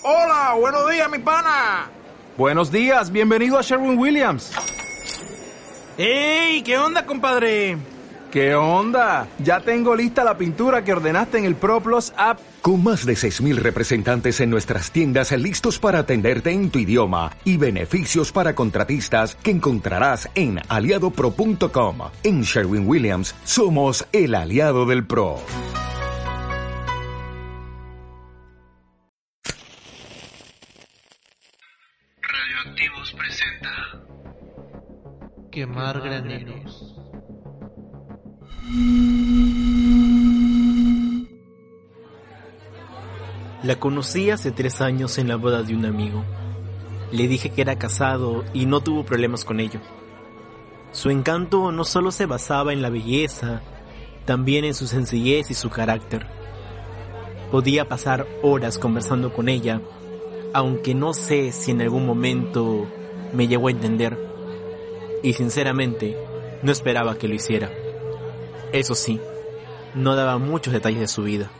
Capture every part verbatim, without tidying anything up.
Hola, buenos días, mi pana. Buenos días, bienvenido a Sherwin-Williams. ¡Ey! ¿Qué onda, compadre? ¿Qué onda? Ya tengo lista la pintura que ordenaste en el ProPlus app. Con más de seis mil representantes en nuestras tiendas listos para atenderte en tu idioma y beneficios para contratistas que encontrarás en aliado pro punto com. En Sherwin-Williams somos el aliado del pro. Radioactivos presenta Quemar graneros. La conocí hace tres años en la boda de un amigo. Le dije que era casado y no tuvo problemas con ello. Su encanto no solo se basaba en la belleza, también en su sencillez y su carácter. Podía pasar horas conversando con ella, aunque no sé si en algún momento me llegó a entender. Y sinceramente, no esperaba que lo hiciera. Eso sí, no daba muchos detalles de su vida.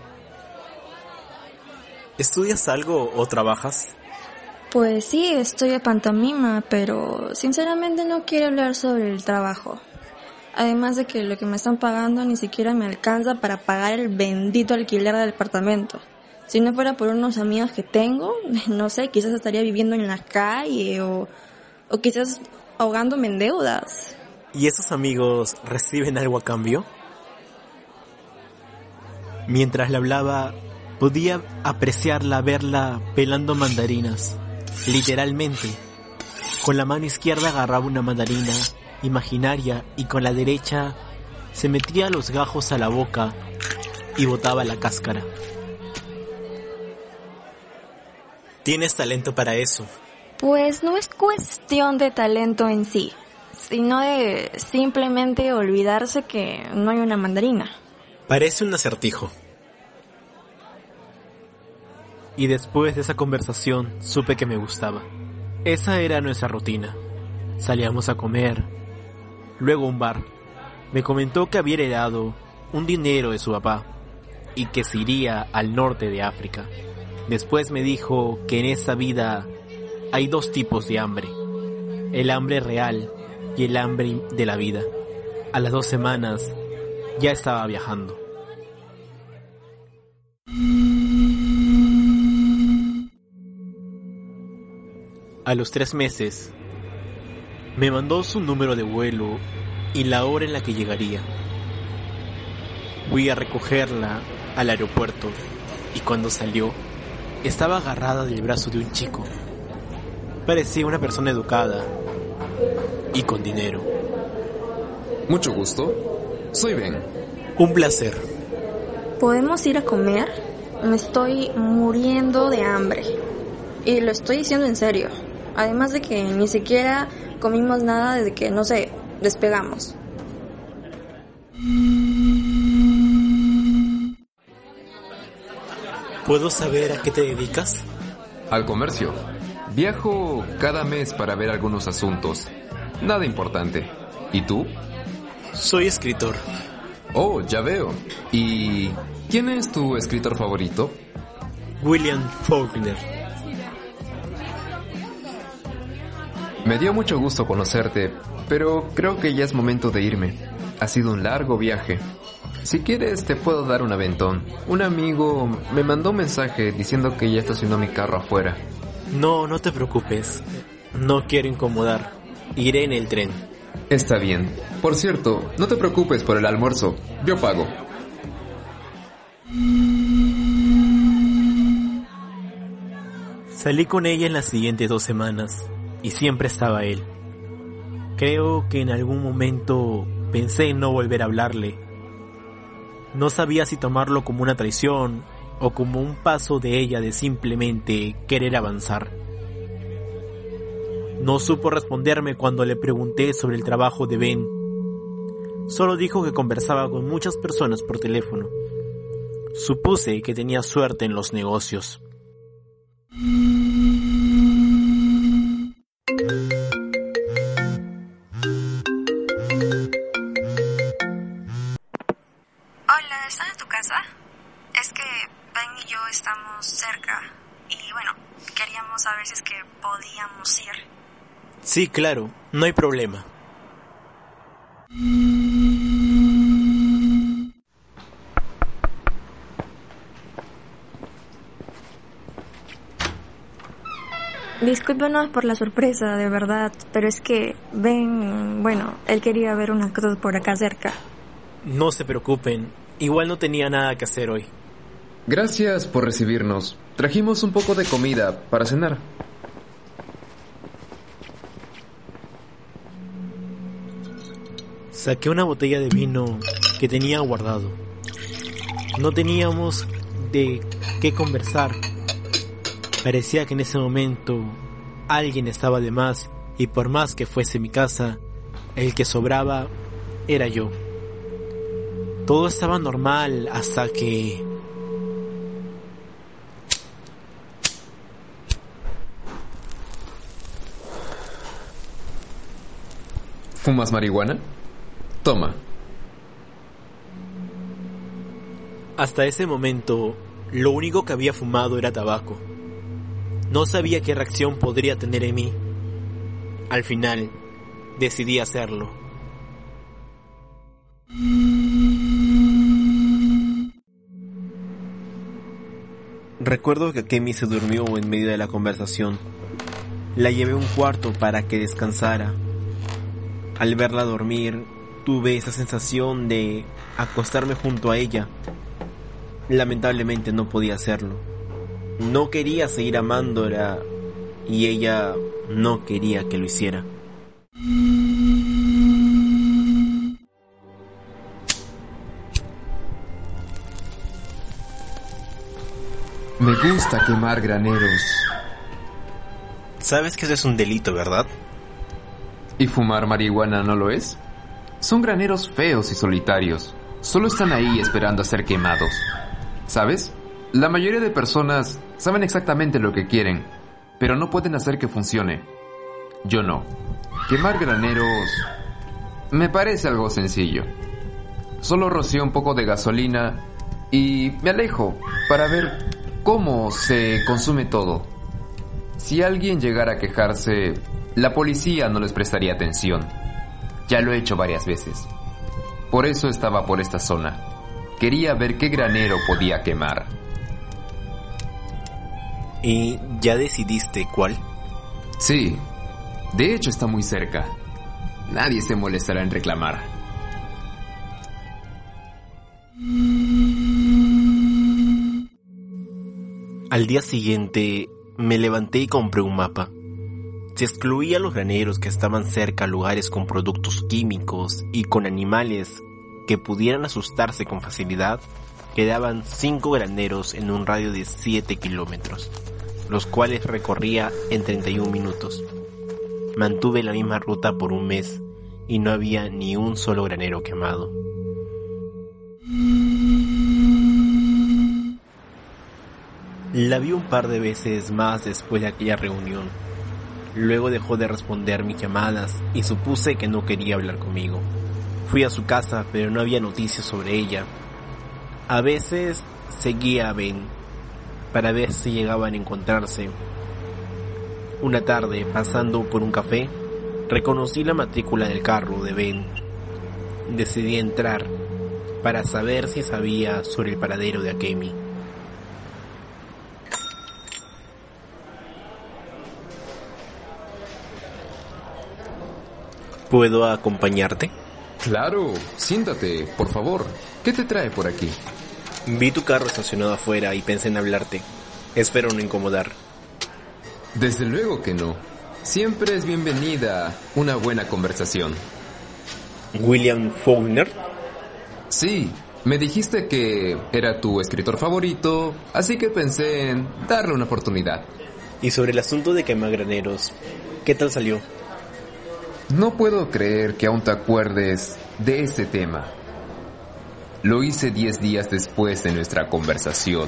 ¿Estudias algo o trabajas? Pues sí, estudio pantomima, pero sinceramente no quiero hablar sobre el trabajo. Además de que lo que me están pagando ni siquiera me alcanza para pagar el bendito alquiler del departamento. Si no fuera por unos amigos que tengo, no sé, quizás estaría viviendo en la calle o, o quizás ahogándome en deudas. ¿Y esos amigos reciben algo a cambio? Mientras le hablaba, podía apreciarla, verla pelando mandarinas, literalmente. Con la mano izquierda agarraba una mandarina imaginaria y con la derecha se metía los gajos a la boca y botaba la cáscara. ¿Tienes talento para eso? Pues no es cuestión de talento en sí, sino de simplemente olvidarse que no hay una mandarina. Parece un acertijo. Y después de esa conversación supe que me gustaba. Esa era nuestra rutina. Salíamos a comer, luego a un bar. Me comentó que había heredado un dinero de su papá y que se iría al norte de África. Después me dijo que en esta vida hay dos tipos de hambre: el hambre real y el hambre de la vida. A las dos semanas ya estaba viajando. A los tres meses, me mandó su número de vuelo y la hora en la que llegaría. Fui a recogerla al aeropuerto y cuando salió, estaba agarrada del brazo de un chico. Parecía una persona educada y con dinero. Mucho gusto. Soy Ben. Un placer. ¿Podemos ir a comer? Me estoy muriendo de hambre. Y lo estoy diciendo en serio. Además de que ni siquiera comimos nada desde que, no sé, despegamos. ¿Puedo saber a qué te dedicas? Al comercio. Viajo cada mes para ver algunos asuntos. Nada importante. ¿Y tú? Soy escritor. Oh, ya veo. ¿Y quién es tu escritor favorito? William Faulkner. Me dio mucho gusto conocerte, pero creo que ya es momento de irme. Ha sido un largo viaje. Si quieres, te puedo dar un aventón. Un amigo me mandó un mensaje diciendo que ya estacionó mi carro afuera. No, no te preocupes. No quiero incomodar. Iré en el tren. Está bien. Por cierto, no te preocupes por el almuerzo. Yo pago. Salí con ella en las siguientes dos semanas y siempre estaba él. Creo que en algún momento pensé en no volver a hablarle. No sabía si tomarlo como una traición o como un paso de ella de simplemente querer avanzar. No supo responderme cuando le pregunté sobre el trabajo de Ben. Solo dijo que conversaba con muchas personas por teléfono. Supuse que tenía suerte en los negocios. Hola, ¿están en tu casa? Es que Ben y yo estamos cerca y bueno, queríamos saber si es que podíamos ir. Sí, claro, no hay problema. Discúlpenos por la sorpresa, de verdad, pero es que Ben, bueno, él quería ver una cruz por acá cerca. No se preocupen, igual no tenía nada que hacer hoy. Gracias por recibirnos. Trajimos un poco de comida para cenar. Saqué una botella de vino que tenía guardado. No teníamos de qué conversar. Parecía que en ese momento alguien estaba de más y por más que fuese mi casa, el que sobraba era yo. Todo estaba normal hasta que... ¿Fumas marihuana? Toma. Hasta ese momento, lo único que había fumado era tabaco. No sabía qué reacción podría tener en mí. Al final, decidí hacerlo. Recuerdo que Kemi se durmió en medio de la conversación. La llevé a un cuarto para que descansara. Al verla dormir, tuve esa sensación de acostarme junto a ella. Lamentablemente no podía hacerlo. No quería seguir amándola y ella no quería que lo hiciera. Me gusta quemar graneros. Sabes que eso es un delito, ¿verdad? ¿Y fumar marihuana no lo es? Son graneros feos y solitarios. Solo están ahí esperando a ser quemados. ¿Sabes? La mayoría de personas saben exactamente lo que quieren, pero no pueden hacer que funcione. Yo no. Quemar graneros me parece algo sencillo. Solo rocío un poco de gasolina y me alejo para ver cómo se consume todo. Si alguien llegara a quejarse, la policía no les prestaría atención. Ya lo he hecho varias veces. Por eso estaba por esta zona. Quería ver qué granero podía quemar. ¿Y ya decidiste cuál? Sí, de hecho está muy cerca. Nadie se molestará en reclamar. Al día siguiente me levanté y compré un mapa. Se excluía los graneros que estaban cerca a lugares con productos químicos y con animales que pudieran asustarse con facilidad. Quedaban cinco graneros en un radio de siete kilómetros, los cuales recorría en treinta y un minutos. Mantuve la misma ruta por un mes y no había ni un solo granero quemado. La vi un par de veces más después de aquella reunión. Luego dejó de responder mis llamadas y supuse que no quería hablar conmigo. Fui a su casa, pero no había noticias sobre ella. A veces seguía a Ben para ver si llegaban a encontrarse. Una tarde, pasando por un café, reconocí la matrícula del carro de Ben. Decidí entrar para saber si sabía sobre el paradero de Akemi. ¿Puedo acompañarte? Claro, siéntate, por favor. ¿Qué te trae por aquí? Vi tu carro estacionado afuera y pensé en hablarte. Espero no incomodar. Desde luego que no. Siempre es bienvenida una buena conversación. ¿William Faulkner? Sí, me dijiste que era tu escritor favorito, así que pensé en darle una oportunidad. Y sobre el asunto de quemar graneros, ¿qué tal salió? No puedo creer que aún te acuerdes de ese tema. Lo hice diez días después de nuestra conversación.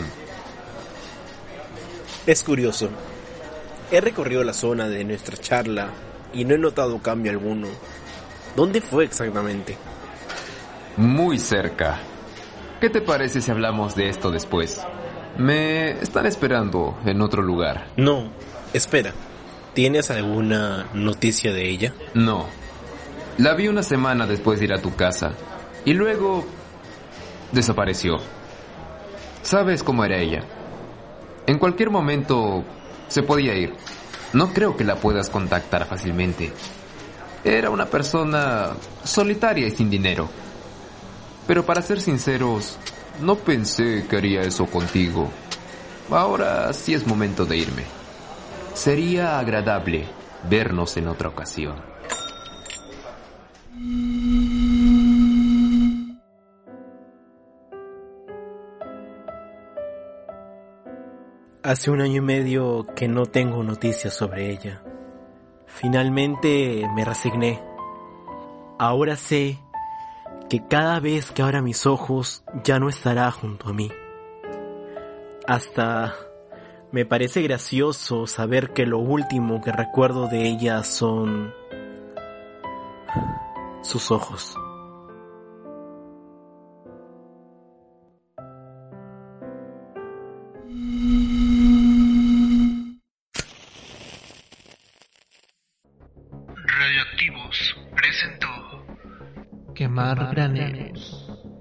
Es curioso. He recorrido la zona de nuestra charla y no he notado cambio alguno. ¿Dónde fue exactamente? Muy cerca. ¿Qué te parece si hablamos de esto después? Me están esperando en otro lugar. No, espera. ¿Tienes alguna noticia de ella? No. La vi una semana después de ir a tu casa. Y luego desapareció. ¿Sabes cómo era ella? En cualquier momento se podía ir. No creo que la puedas contactar fácilmente. Era una persona solitaria y sin dinero. Pero para ser sinceros, no pensé que haría eso contigo. Ahora sí es momento de irme. Sería agradable vernos en otra ocasión. Hace un año y medio que no tengo noticias sobre ella. Finalmente me resigné. Ahora sé que cada vez que abra mis ojos ya no estará junto a mí. Hasta me parece gracioso saber que lo último que recuerdo de ella son sus ojos. Radioactivos presentó Quemar graneros.